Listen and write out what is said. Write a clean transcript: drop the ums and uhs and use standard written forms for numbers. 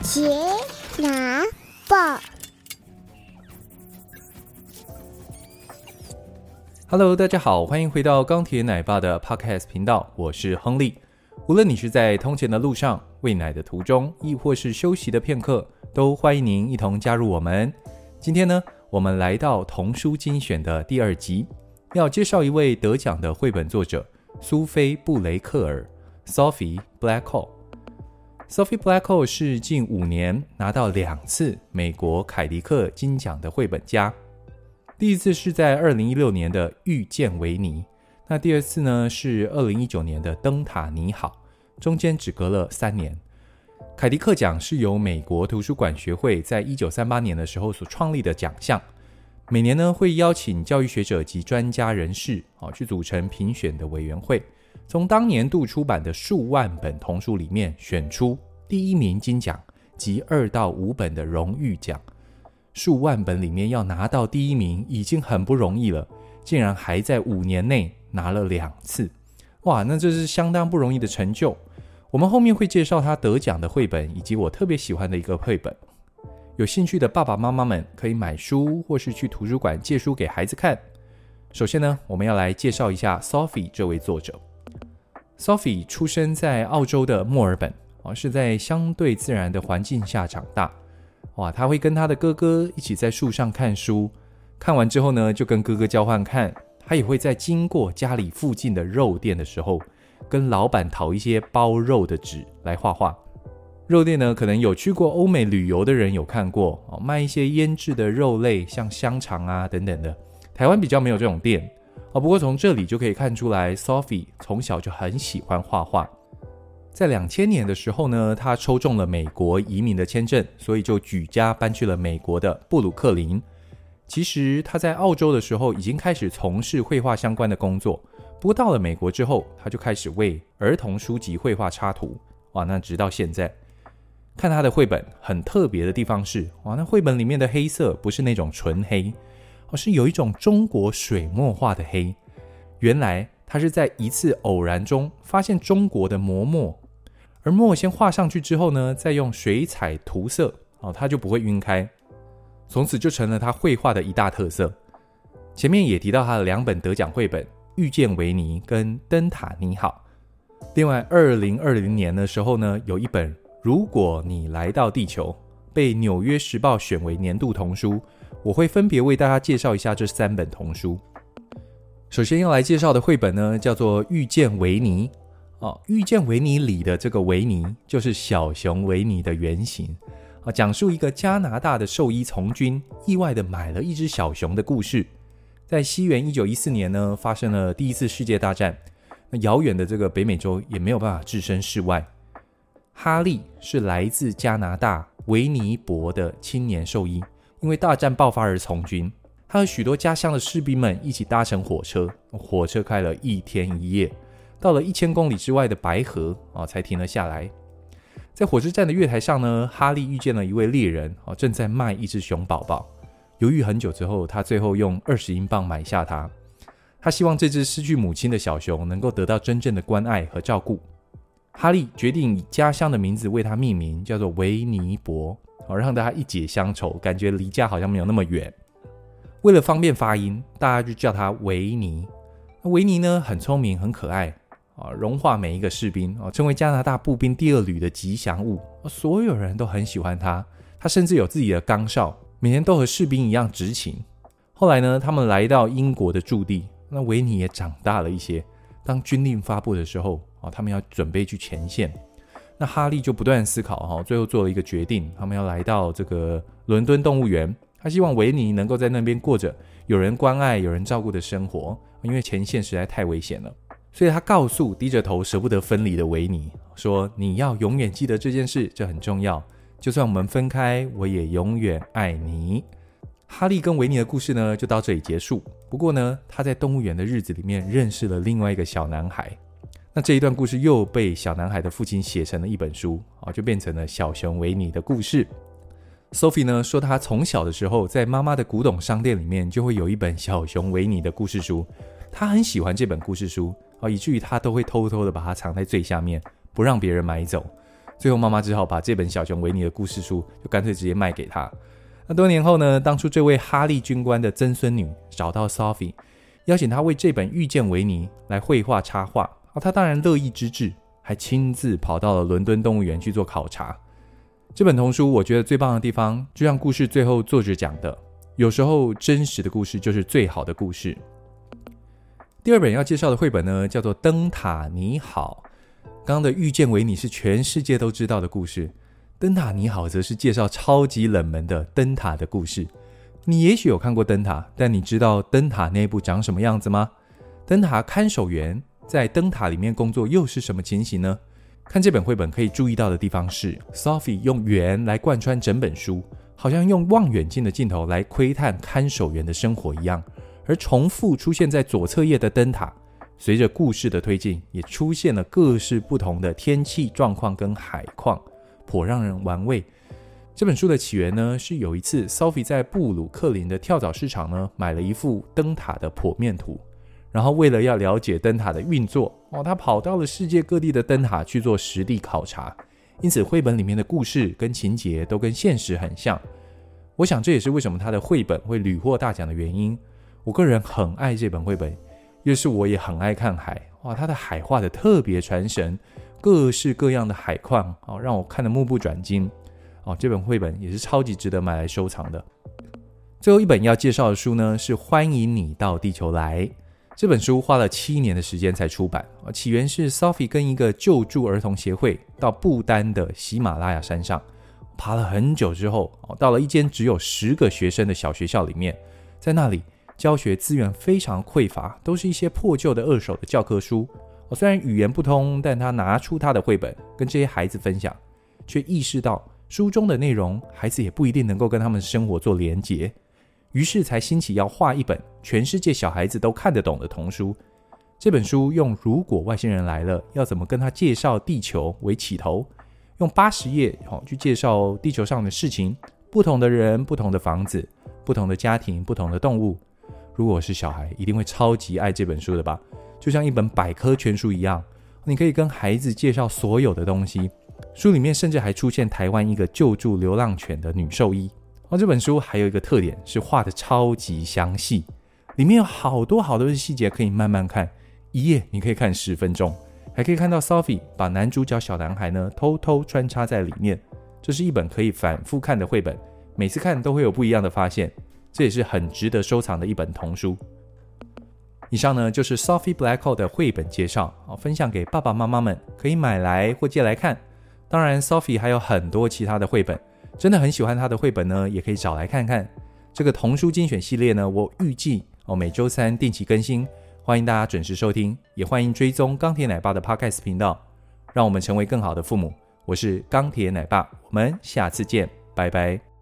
杰拿报。 Hello， 大家好，欢迎回到钢铁奶爸的 Podcast 频道，我是亨利。无论你是在通勤的路上、喂奶的途中，亦或是休息的片刻，都欢迎您一同加入我们。今天呢，我们来到童书精选的第2集，要介绍一位得奖的绘本作者苏菲·布雷克尔 Sophie Blackall。Sophie Blackall 是近5年拿到2次美国凯迪克金奖的绘本家。第一次是在2016年的《遇见维尼》，那第二次呢是2019年的《灯塔你好》，中间只隔了3年。凯迪克奖是由美国图书馆学会在1938年的时候所创立的奖项，每年呢会邀请教育学者及专家人士去组成评选的委员会，从当年度出版的数万本童书里面选出第1名金奖及2到5本的荣誉奖。数万本里面要拿到第1名已经很不容易了，竟然还在5年内拿了2次，哇，那这是相当不容易的成就。我们后面会介绍他得奖的绘本，以及我特别喜欢的一个绘本。有兴趣的爸爸妈妈们可以买书，或是去图书馆借书给孩子看。首先呢，我们要来介绍一下 Sophie 这位作者。Sophie 出生在澳洲的墨尔本，是在相对自然的环境下长大。哇，他会跟他的哥哥一起在树上看书，看完之后呢，就跟哥哥交换看。他也会在经过家里附近的肉店的时候，跟老板讨一些包肉的纸来画画。肉店呢，可能有去过欧美旅游的人有看过，卖一些腌制的肉类，像香肠啊等等的。台湾比较没有这种店，不过从这里就可以看出来 Sophie 从小就很喜欢画画。在2000年的时候呢，他抽中了美国移民的签证，所以就举家搬去了美国的布鲁克林。其实他在澳洲的时候已经开始从事绘画相关的工作，不过到了美国之后，他就开始为儿童书籍绘画插图。哇，那直到现在，看他的绘本很特别的地方是，哇，那绘本里面的黑色不是那种纯黑，是有一种中国水墨画的黑。原来他是在一次偶然中发现中国的磨墨，而墨先画上去之后呢，再用水彩涂色，它就不会晕开，从此就成了他绘画的一大特色。前面也提到他的2本得奖绘本《遇见维尼》跟《灯塔你好》。另外2020年的时候呢，有一本《如果你来到地球》被纽约时报选为年度童书，我会分别为大家介绍一下这3本童书。首先要来介绍的绘本呢，叫做《遇见维尼》。遇见维尼里的这个维尼就是小熊维尼的原型，讲述一个加拿大的兽医从军意外的买了一只小熊的故事。在西元1914年呢，发生了第1次世界大战，那遥远的这个北美洲也没有办法置身事外。哈利是来自加拿大维尼伯的青年兽医，因为大战爆发而从军，他和许多家乡的士兵们一起搭乘火车，火车开了1天1夜，到了1000公里之外的白河，才停了下来。在火车站的月台上呢，哈利遇见了一位猎人，正在卖一只熊宝宝。犹豫很久之后，他最后用20英镑买下它。他希望这只失去母亲的小熊能够得到真正的关爱和照顾。哈利决定以家乡的名字为它命名，叫做维尼伯，让大家一解乡愁，感觉离家好像没有那么远。为了方便发音，大家就叫他维尼。维尼呢，很聪明很可爱，融化每一个士兵，成为加拿大步兵第2旅的吉祥物，所有人都很喜欢他。他甚至有自己的岗哨，每天都和士兵一样执勤。后来呢，他们来到英国的驻地，那维尼也长大了一些。当军令发布的时候，他们要准备去前线。那哈利就不断思考，最后做了一个决定，他们要来到这个伦敦动物园。他希望维尼能够在那边过着有人关爱有人照顾的生活，因为前线实在太危险了。所以他告诉低着头舍不得分离的维尼说，你要永远记得这件事，这很重要，就算我们分开，我也永远爱你。哈利跟维尼的故事呢就到这里结束。不过呢，他在动物园的日子里面认识了另外一个小男孩，那这一段故事又被小男孩的父亲写成了一本书，就变成了小熊维尼的故事。Sophie 呢说，她从小的时候在妈妈的古董商店里面就会有一本小熊维尼的故事书，她很喜欢这本故事书，以至于她都会偷偷的把它藏在最下面，不让别人买走。 最后妈妈只好把这本小熊维尼的故事书就干脆直接卖给他。那多年后呢，当初这位哈利军官的曾孙女找到 Sophie， 邀请他为这本遇见维尼来绘画插画，他当然乐意之至，还亲自跑到了伦敦动物园去做考察。这本童书我觉得最棒的地方，就像故事最后作者讲的，有时候真实的故事就是最好的故事。第二本要介绍的绘本呢，叫做《灯塔你好》。刚刚的遇见维尼是全世界都知道的故事，灯塔你好则是介绍超级冷门的灯塔的故事。你也许有看过灯塔，但你知道灯塔内部长什么样子吗？灯塔看守员在灯塔里面工作又是什么情形呢？看这本绘本可以注意到的地方是 Sophie 用圆来贯穿整本书，好像用望远镜的镜头来窥探看守员的生活一样。而重复出现在左侧页的灯塔，随着故事的推进，也出现了各式不同的天气状况跟海况，颇让人玩味。这本书的起源呢，是有一次 Sophie 在布鲁克林的跳蚤市场呢，买了一幅灯塔的剖面图，然后为了要了解灯塔的运作，他跑到了世界各地的灯塔去做实地考察，因此绘本里面的故事跟情节都跟现实很像。我想这也是为什么他的绘本会屡获大奖的原因。我个人很爱这本绘本，又是我也很爱看海，它的海画的特别传神，各式各样的海况，让我看得目不转睛。这本绘本也是超级值得买来收藏的。最后一本要介绍的书呢，是《欢迎你到地球来》。这本书花了7年的时间才出版，起源是 Sophie 跟一个救助儿童协会到不丹的喜马拉雅山上，爬了很久之后，到了一间只有10个学生的小学校里面，在那里教学资源非常匮乏，都是一些破旧的二手的教科书。虽然语言不通，但他拿出他的绘本跟这些孩子分享，却意识到书中的内容孩子也不一定能够跟他们生活做连结，于是才兴起要画一本全世界小孩子都看得懂的童书。这本书用如果外星人来了要怎么跟他介绍地球为起头，用80页去介绍地球上的事情，不同的人，不同的房子，不同的家庭，不同的动物。如果是小孩一定会超级爱这本书的吧，就像一本百科全书一样，你可以跟孩子介绍所有的东西。书里面甚至还出现台湾一个救助流浪犬的女兽医。这本书还有一个特点是画得超级详细，里面有好多的细节可以慢慢看，一页你可以看10分钟，还可以看到 Sophie 把男主角小男孩呢偷偷穿插在里面。这是一本可以反复看的绘本，每次看都会有不一样的发现，这也是很值得收藏的一本童书。以上呢就是 Sophie Blackall 的绘本介绍，分享给爸爸妈妈们可以买来或借来看。当然 Sophie 还有很多其他的绘本，真的很喜欢她的绘本呢，也可以找来看看。这个童书精选系列呢，我预计每周3定期更新，欢迎大家准时收听，也欢迎追踪钢铁奶爸的 Podcast 频道，让我们成为更好的父母。我是钢铁奶爸，我们下次见，拜拜。